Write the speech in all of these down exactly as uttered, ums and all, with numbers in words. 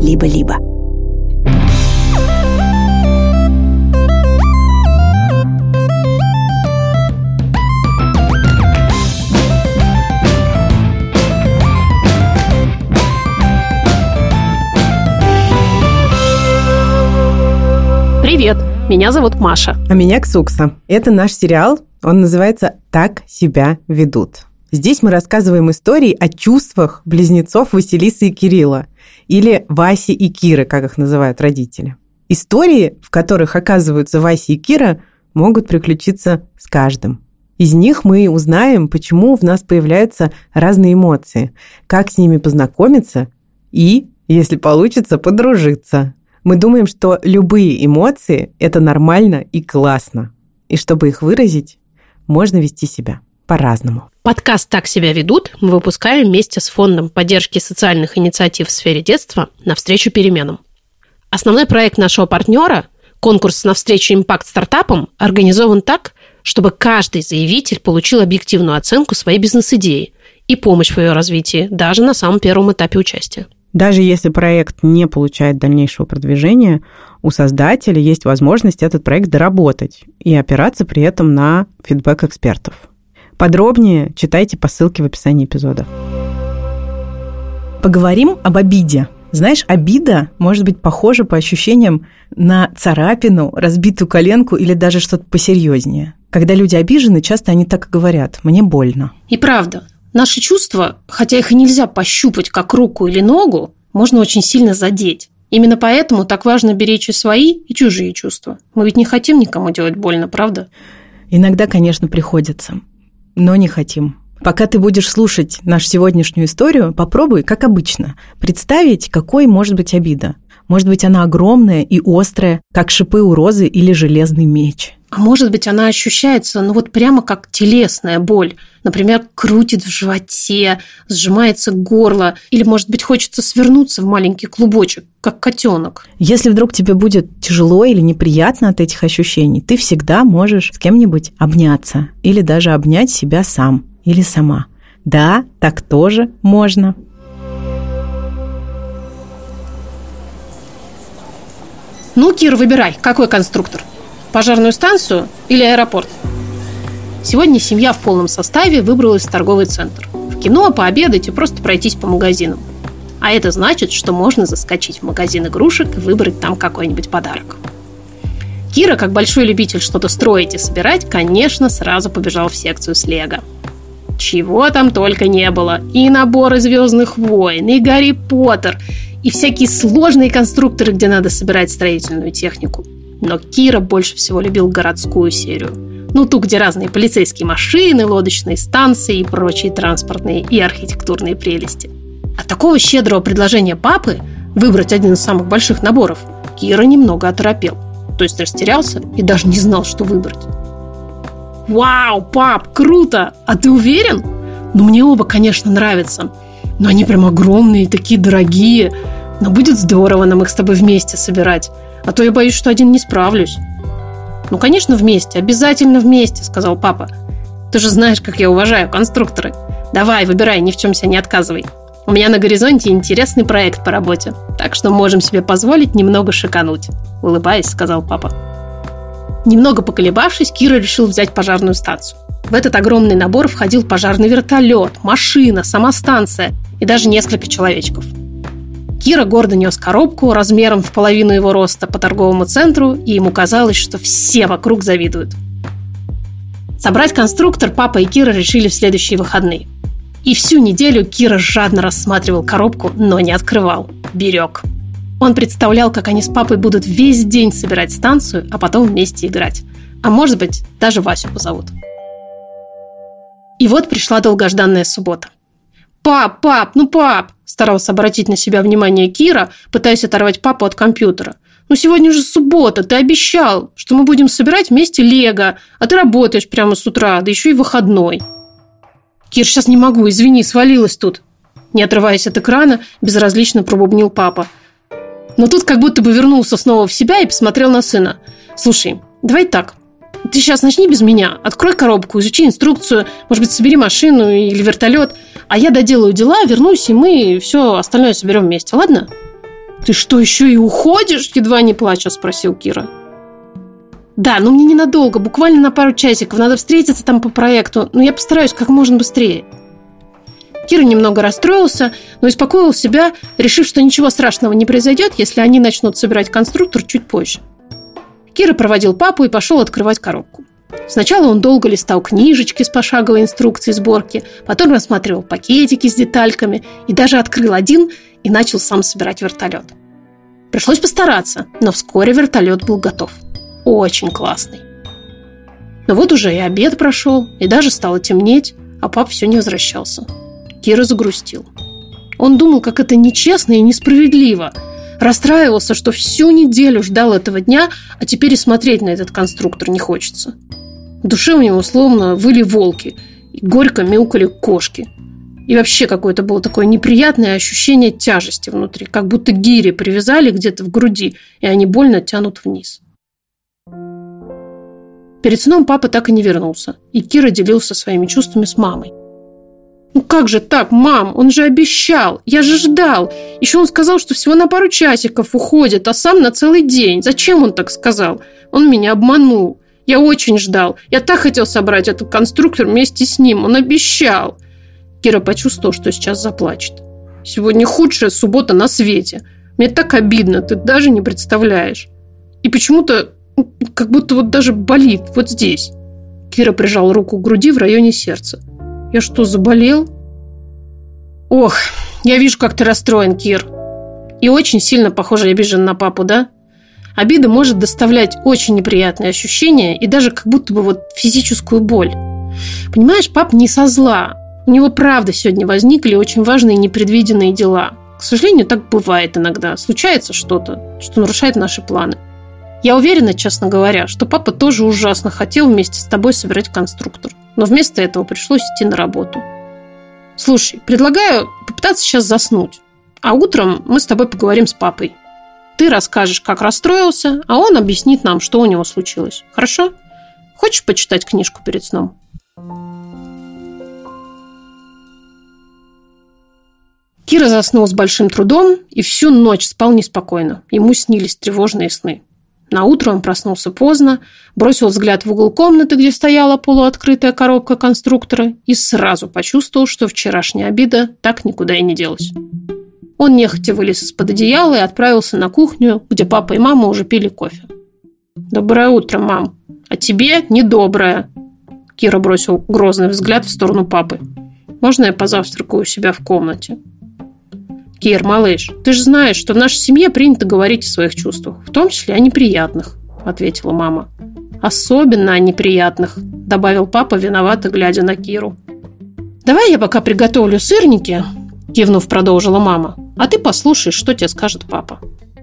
либо-либо. Привет, меня зовут Маша. А меня Ксукса. Это наш сериал, он называется «Так себя ведут». Здесь мы рассказываем истории о чувствах близнецов Василисы и Кирилла, или Васи и Киры, как их называют родители. Истории, в которых оказываются Вася и Кира, могут приключиться с каждым. Из них мы узнаем, почему в нас появляются разные эмоции, как с ними познакомиться и, если получится, подружиться. Мы думаем, что любые эмоции – это нормально и классно. И чтобы их выразить, можно вести себя по-разному. Подкаст «Так себя ведут» мы выпускаем вместе с Фондом поддержки социальных инициатив в сфере детства «Навстречу переменам». Основной проект нашего партнера, конкурс «Навстречу импакт-стартапам», организован так, чтобы каждый заявитель получил объективную оценку своей бизнес-идеи и помощь в ее развитии даже на самом первом этапе участия. Даже если проект не получает дальнейшего продвижения, у создателя есть возможность этот проект доработать и опираться при этом на фидбэк экспертов. Подробнее читайте по ссылке в описании эпизода. Поговорим об обиде. Знаешь, обида может быть похожа по ощущениям на царапину, разбитую коленку или даже что-то посерьезнее. Когда люди обижены, часто они так и говорят: «Мне больно». И правда. Наши чувства, хотя их и нельзя пощупать как руку или ногу, можно очень сильно задеть. Именно поэтому так важно беречь и свои, и чужие чувства. Мы ведь не хотим никому делать больно, правда? Иногда, конечно, приходится, но не хотим. Пока ты будешь слушать нашу сегодняшнюю историю, попробуй, как обычно, представить, какой может быть обида. Может быть, она огромная и острая, как шипы у розы или железный меч. А может быть, она ощущается, ну вот прямо как телесная боль. Например, крутит в животе, сжимается горло. Или, может быть, хочется свернуться в маленький клубочек, как котенок. Если вдруг тебе будет тяжело или неприятно от этих ощущений, ты всегда можешь с кем-нибудь обняться. Или даже обнять себя сам или сама. Да, так тоже можно. Ну, Кир, выбирай, какой конструктор? Пожарную станцию или аэропорт? Сегодня семья в полном составе выбралась в торговый центр. В кино, пообедать и просто пройтись по магазинам. А это значит, что можно заскочить в магазин игрушек и выбрать там какой-нибудь подарок. Кира, как большой любитель что-то строить и собирать, конечно, сразу побежал в секцию с Лего. Чего там только не было. И наборы «Звездных войн», и «Гарри Поттер», и всякие сложные конструкторы, где надо собирать строительную технику. Но Кира больше всего любил городскую серию. Ну, ту, где разные полицейские машины, лодочные станции и прочие транспортные и архитектурные прелести. От такого щедрого предложения папы выбрать один из самых больших наборов Кира немного оторопел. То есть растерялся и даже не знал, что выбрать. «Вау, пап, круто! А ты уверен? Ну, мне оба, конечно, нравятся. Но они прям огромные, такие дорогие. Но будет здорово нам их с тобой вместе собирать. А то я боюсь, что один не справлюсь». «Ну, конечно, вместе, обязательно вместе», — сказал папа. «Ты же знаешь, как я уважаю конструкторы. Давай, выбирай, ни в чем себя не отказывай. У меня на горизонте интересный проект по работе, так что можем себе позволить немного шикануть», — улыбаясь, сказал папа. Немного поколебавшись, Кира решил взять пожарную станцию. В этот огромный набор входил пожарный вертолет, машина, сама станция и даже несколько человечков. Кира гордо нес коробку размером в половину его роста по торговому центру, и ему казалось, что все вокруг завидуют. Собрать конструктор папа и Кира решили в следующие выходные. И всю неделю Кира жадно рассматривал коробку, но не открывал. Берег. Он представлял, как они с папой будут весь день собирать станцию, а потом вместе играть. А может быть, даже Васю позовут. И вот пришла долгожданная суббота. «Пап, пап, ну пап!» Старался обратить на себя внимание Кира, пытаясь оторвать папу от компьютера. «Ну сегодня же суббота, ты обещал, что мы будем собирать вместе Лего, а ты работаешь прямо с утра, да еще и выходной». «Кир, сейчас не могу, извини, свалилась тут». Не отрываясь от экрана, безразлично пробубнил папа. Но тут как будто бы вернулся снова в себя и посмотрел на сына. «Слушай, давай так. Ты сейчас начни без меня. Открой коробку, изучи инструкцию. Может быть, собери машину или вертолет. А я доделаю дела, вернусь, и мы все остальное соберем вместе, ладно?» «Ты что, еще и уходишь?» – едва не плача спросил Кира. «Да, но мне ненадолго, буквально на пару часиков. Надо встретиться там по проекту, но я постараюсь как можно быстрее». Кира немного расстроился, но успокоил себя, решив, что ничего страшного не произойдет, если они начнут собирать конструктор чуть позже. Кира проводил папу и пошел открывать коробку. Сначала он долго листал книжечки с пошаговой инструкцией сборки, потом рассматривал пакетики с детальками и даже открыл один и начал сам собирать вертолет. Пришлось постараться, но вскоре вертолет был готов. Очень классный. Но вот уже и обед прошел, и даже стало темнеть, а папа все не возвращался. Кира загрустил. Он думал, как это нечестно и несправедливо. Расстраивался, что всю неделю ждал этого дня, а теперь и смотреть на этот конструктор не хочется. В душе у него словно выли волки, и горько мяукали кошки. И вообще какое-то было такое неприятное ощущение тяжести внутри, как будто гири привязали где-то в груди, и они больно тянут вниз. Перед сном папа так и не вернулся, и Кира делился своими чувствами с мамой. «Ну как же так, мам? Он же обещал! Я же ждал! Еще он сказал, что всего на пару часиков уходит, а сам на целый день. Зачем он так сказал? Он меня обманул. Я очень ждал. Я так хотел собрать этот конструктор вместе с ним. Он обещал!» Кира почувствовал, что сейчас заплачет. «Сегодня худшая суббота на свете. Мне так обидно, ты даже не представляешь. И почему-то как будто вот даже болит вот здесь». Кира прижал руку к груди в районе сердца. «Я что, заболел?» «Ох, я вижу, как ты расстроен, Кир. И очень сильно, похоже, обижен на папу, да? Обида может доставлять очень неприятные ощущения и даже как будто бы вот физическую боль. Понимаешь, пап не со зла. У него правда сегодня возникли очень важные непредвиденные дела. К сожалению, так бывает иногда. Случается что-то, что нарушает наши планы. Я уверена, честно говоря, что папа тоже ужасно хотел вместе с тобой собирать конструктор. Но вместо этого пришлось идти на работу. Слушай, предлагаю попытаться сейчас заснуть. А утром мы с тобой поговорим с папой. Ты расскажешь, как расстроился, а он объяснит нам, что у него случилось. Хорошо? Хочешь почитать книжку перед сном?» Кира заснул с большим трудом и всю ночь спал неспокойно. Ему снились тревожные сны. Наутро он проснулся поздно, бросил взгляд в угол комнаты, где стояла полуоткрытая коробка конструктора, и сразу почувствовал, что вчерашняя обида так никуда и не делась. Он нехотя вылез из-под одеяла и отправился на кухню, где папа и мама уже пили кофе. «Доброе утро, мам. А тебе недоброе». Кира бросил грозный взгляд в сторону папы. «Можно я позавтракаю у себя в комнате?» «Кир, малыш, ты же знаешь, что в нашей семье принято говорить о своих чувствах, в том числе о неприятных», – ответила мама. «Особенно о неприятных», – добавил папа, виновато глядя на Киру. «Давай я пока приготовлю сырники», – кивнув, продолжила мама, «а ты послушаешь, что тебе скажет папа».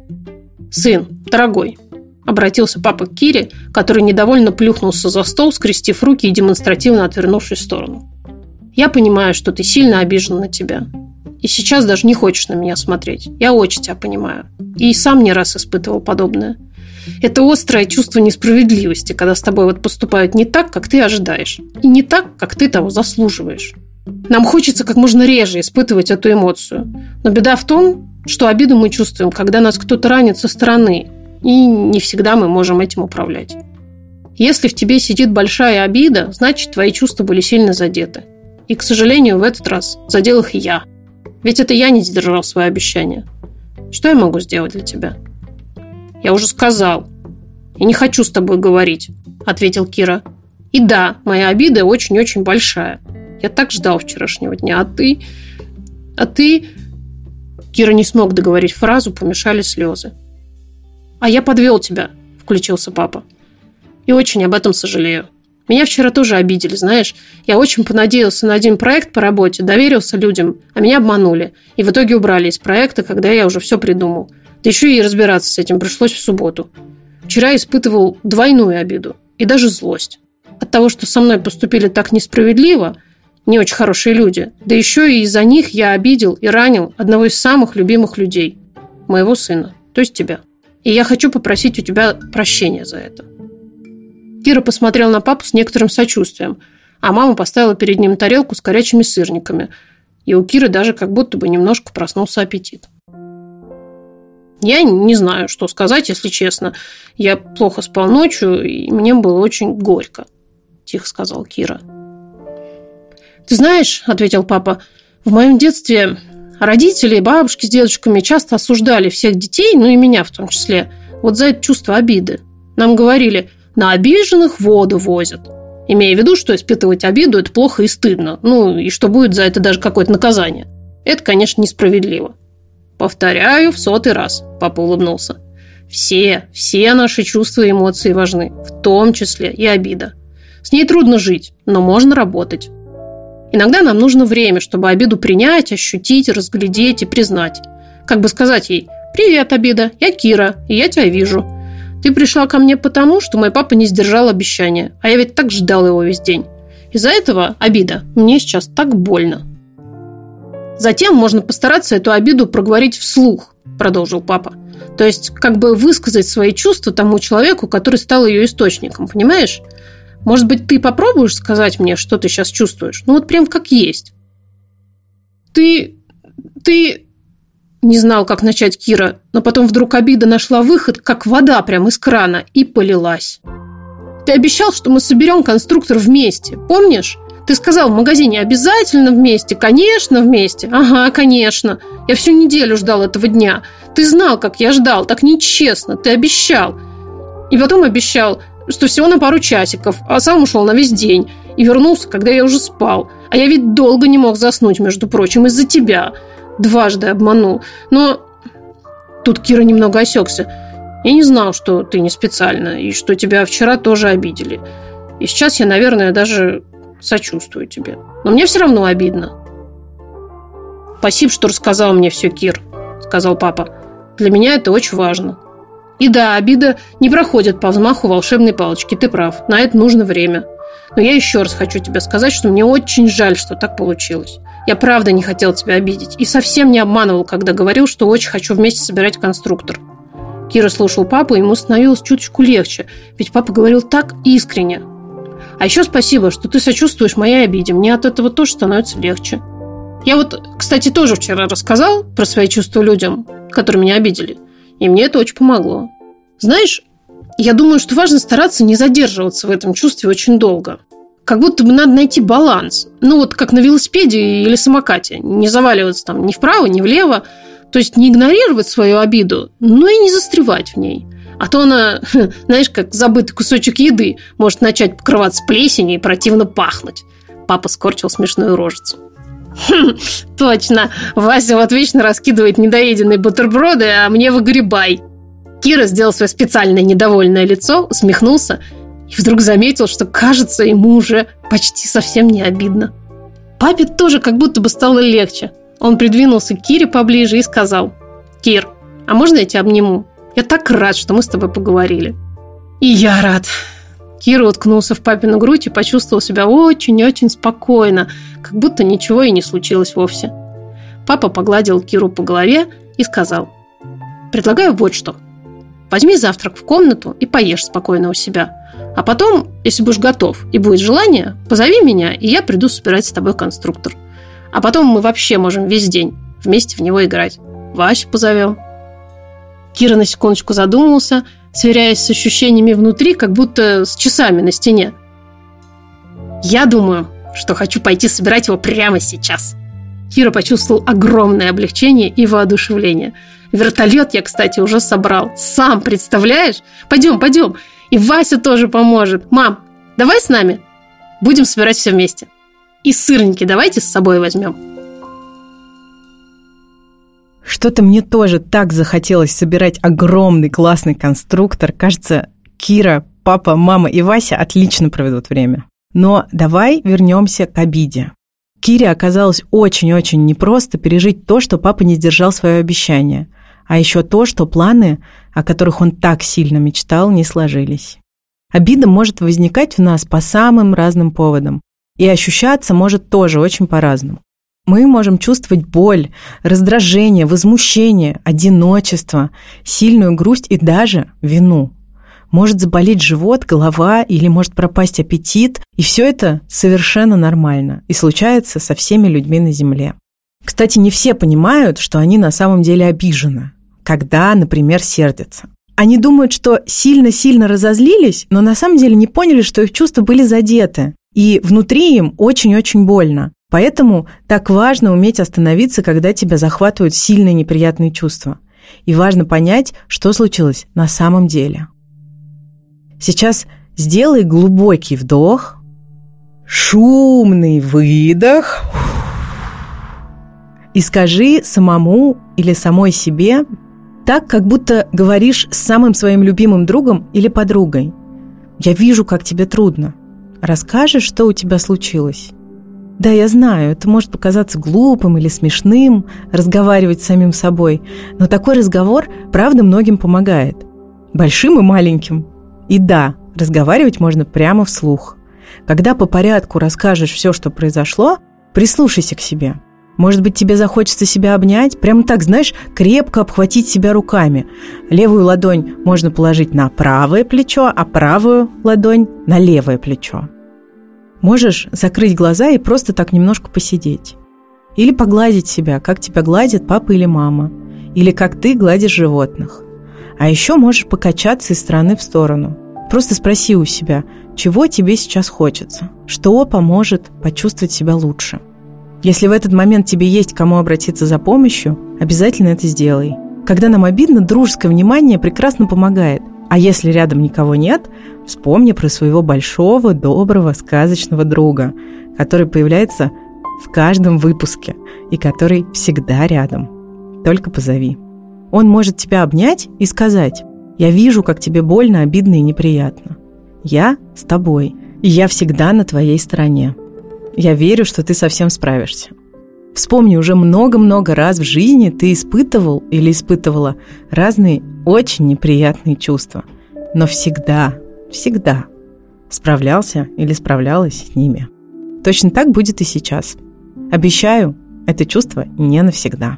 «Сын, дорогой», – обратился папа к Кире, который недовольно плюхнулся за стол, скрестив руки и демонстративно отвернувшись в сторону. «Я понимаю, что ты сильно обижен на тебя. И сейчас даже не хочешь на меня смотреть. Я очень тебя понимаю. И сам не раз испытывал подобное. Это острое чувство несправедливости, когда с тобой вот поступают не так, как ты ожидаешь. И не так, как ты того заслуживаешь. Нам хочется как можно реже испытывать эту эмоцию. Но беда в том, что обиду мы чувствуем, когда нас кто-то ранит со стороны. И не всегда мы можем этим управлять. Если в тебе сидит большая обида, значит, твои чувства были сильно задеты. И, к сожалению, в этот раз задел их и я. Ведь это я не сдержал свое обещание. Что я могу сделать для тебя?» «Я уже сказал. Я не хочу с тобой говорить», – ответил Кира. «И да, моя обида очень-очень большая. Я так ждал вчерашнего дня. А ты... А ты...» Кира не смог договорить фразу, помешали слезы. «А я подвел тебя», – включился папа. «И очень об этом сожалею. Меня вчера тоже обидели, знаешь. Я очень понадеялся на один проект по работе, доверился людям, а меня обманули. И в итоге убрали из проекта, когда я уже все придумал. Да еще и разбираться с этим пришлось в субботу. Вчера испытывал двойную обиду и даже злость. От того, что со мной поступили так несправедливо, не очень хорошие люди, да еще и из-за них я обидел и ранил одного из самых любимых людей. Моего сына, то есть тебя. И я хочу попросить у тебя прощения за это». Кира посмотрел на папу с некоторым сочувствием, а мама поставила перед ним тарелку с горячими сырниками, и у Киры даже как будто бы немножко проснулся аппетит. Я не знаю, что сказать, если честно. Я плохо спал ночью, и мне было очень горько, тихо сказал Кира. Ты знаешь, ответил папа, в моем детстве родители, бабушки с дедушками часто осуждали всех детей, ну и меня в том числе, вот за это чувство обиды. Нам говорили, на обиженных воду возят. Имея в виду, что испытывать обиду – это плохо и стыдно. Ну, и что будет за это даже какое-то наказание. Это, конечно, несправедливо. Повторяю в сотый раз, папа улыбнулся. Все, все наши чувства и эмоции важны, в том числе и обида. С ней трудно жить, но можно работать. Иногда нам нужно время, чтобы обиду принять, ощутить, разглядеть и признать. Как бы сказать ей: «Привет, обида, я Кира, и я тебя вижу. Ты пришла ко мне потому, что мой папа не сдержал обещания, а я ведь так ждал его весь день. Из-за этого, обида, мне сейчас так больно». Затем можно постараться эту обиду проговорить вслух, продолжил папа. То есть, как бы высказать свои чувства тому человеку, который стал ее источником, понимаешь? Может быть, ты попробуешь сказать мне, что ты сейчас чувствуешь? Ну вот прям как есть. Ты... ты... Не знал, как начать Кира, но потом вдруг обида нашла выход, как вода прямо из крана, и полилась. Ты обещал, что мы соберем конструктор вместе, помнишь? Ты сказал в магазине обязательно вместе, конечно вместе. Ага, конечно. Я всю неделю ждал этого дня. Ты знал, как я ждал, так нечестно. Ты обещал. И потом обещал, что всего на пару часиков, а сам ушел на весь день. И вернулся, когда я уже спал. А я ведь долго не мог заснуть, между прочим, из-за тебя. Дважды обманул. Но тут Кира немного осекся. Я не знал, что ты не специально, и что тебя вчера тоже обидели. И сейчас я, наверное, даже сочувствую тебе. Но мне все равно обидно. Спасибо, что рассказал мне все, Кир, сказал папа. Для меня это очень важно. И да, обида не проходит по взмаху волшебной палочки. Ты прав, на это нужно время. Но я еще раз хочу тебе сказать, что мне очень жаль, что так получилось. Я правда не хотел тебя обидеть. И совсем не обманывал, когда говорил, что очень хочу вместе собирать конструктор. Кира слушал папу, и ему становилось чуточку легче. Ведь папа говорил так искренне. А еще спасибо, что ты сочувствуешь моей обиде. Мне от этого тоже становится легче. Я вот, кстати, тоже вчера рассказал про свои чувства людям, которые меня обидели. И мне это очень помогло. Знаешь, я думаю, что важно стараться не задерживаться в этом чувстве очень долго. Как будто бы надо найти баланс. Ну, вот как на велосипеде или самокате. Не заваливаться там ни вправо, ни влево. То есть не игнорировать свою обиду, но и не застревать в ней. А то она, знаешь, как забытый кусочек еды, может начать покрываться плесенью и противно пахнуть. Папа скорчил смешную рожицу. Хм, точно, Вася вот вечно раскидывает недоеденные бутерброды, а мне выгребай. Кира сделал свое специальное недовольное лицо, усмехнулся и вдруг заметил, что, кажется, ему уже почти совсем не обидно. Папе тоже как будто бы стало легче. Он придвинулся к Кире поближе и сказал: «Кир, а можно я тебя обниму? Я так рад, что мы с тобой поговорили». «И я рад». Кира уткнулся в папину грудь и почувствовал себя очень-очень спокойно, как будто ничего и не случилось вовсе. Папа погладил Киру по голове и сказал: «Предлагаю вот что. Возьми завтрак в комнату и поешь спокойно у себя. А потом, если будешь готов и будет желание, позови меня, и я приду собирать с тобой конструктор. А потом мы вообще можем весь день вместе в него играть. Васю позовем». Кира на секундочку задумался, сверяясь с ощущениями внутри, как будто с часами на стене. «Я думаю, что хочу пойти собирать его прямо сейчас». Кира почувствовал огромное облегчение и воодушевление. «Вертолет я, кстати, уже собрал. Сам, представляешь? Пойдем, пойдем. И Вася тоже поможет. Мам, давай с нами. Будем собирать все вместе. И сырники давайте с собой возьмем». Что-то мне тоже так захотелось собирать огромный классный конструктор. Кажется, Кира, папа, мама и Вася отлично проведут время. Но давай вернемся к обиде. Кире оказалось очень-очень непросто пережить то, что папа не сдержал свое обещание, а еще то, что планы, о которых он так сильно мечтал, не сложились. Обида может возникать в нас по самым разным поводам, и ощущаться может тоже очень по-разному. Мы можем чувствовать боль, раздражение, возмущение, одиночество, сильную грусть и даже вину. Может заболеть живот, голова или может пропасть аппетит. И все это совершенно нормально и случается со всеми людьми на Земле. Кстати, не все понимают, что они на самом деле обижены. когда, например, сердятся. Они думают, что сильно-сильно разозлились, но на самом деле не поняли, что их чувства были задеты. И внутри им очень-очень больно. Поэтому так важно уметь остановиться, когда тебя захватывают сильные неприятные чувства. И важно понять, что случилось на самом деле. Сейчас сделай глубокий вдох, шумный выдох и скажи самому или самой себе так, как будто говоришь с самым своим любимым другом или подругой. «Я вижу, как тебе трудно. Расскажешь, что у тебя случилось?» Да, я знаю, это может показаться глупым или смешным, разговаривать с самим собой, но такой разговор, правда, многим помогает. Большим и маленьким. И да, разговаривать можно прямо вслух. Когда по порядку расскажешь все, что произошло, прислушайся к себе. Может быть, тебе захочется себя обнять, прямо так, знаешь, крепко обхватить себя руками. Левую ладонь можно положить на правое плечо, а правую ладонь на левое плечо. Можешь закрыть глаза и просто так немножко посидеть. Или погладить себя, как тебя гладит папа или мама. Или как ты гладишь животных. А еще можешь покачаться из стороны в сторону. Просто спроси у себя, чего тебе сейчас хочется, что поможет почувствовать себя лучше. Если в этот момент тебе есть к кому обратиться за помощью, обязательно это сделай. Когда нам обидно, дружеское внимание прекрасно помогает. А если рядом никого нет, вспомни про своего большого, доброго, сказочного друга, который появляется в каждом выпуске и который всегда рядом. Только позови. Он может тебя обнять и сказать: «Я вижу, как тебе больно, обидно и неприятно. Я с тобой, и я всегда на твоей стороне. Я верю, что ты совсем справишься». Вспомни, уже много-много раз в жизни ты испытывал или испытывала разные очень неприятные чувства, но всегда, всегда справлялся или справлялась с ними. Точно так будет и сейчас. Обещаю, это чувство не навсегда.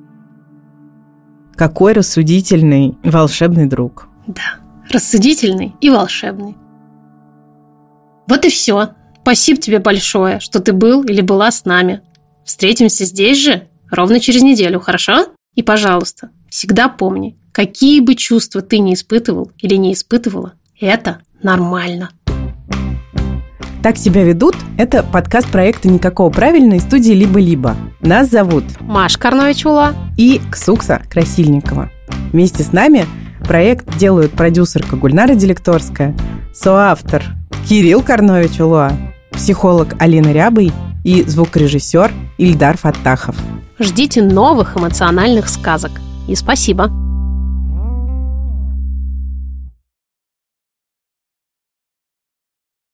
Какой рассудительный, волшебный друг. Да, рассудительный и волшебный. Вот и все. Спасибо тебе большое, что ты был или была с нами. Встретимся здесь же ровно через неделю, хорошо? И, пожалуйста, всегда помни, какие бы чувства ты ни испытывал или не испытывала, это нормально. «Так себя ведут» – это подкаст проекта «Никакого правильно» из студии «Либо-либо». Нас зовут Маша Карнович-Ула и Ксукса Красильникова. Вместе с нами проект делают продюсерка Гульнара Делекторская, соавтор Кирилл Карнович-Ула, психолог Алина Рябый и звукорежиссер Ильдар Фаттахов. Ждите новых эмоциональных сказок. И спасибо.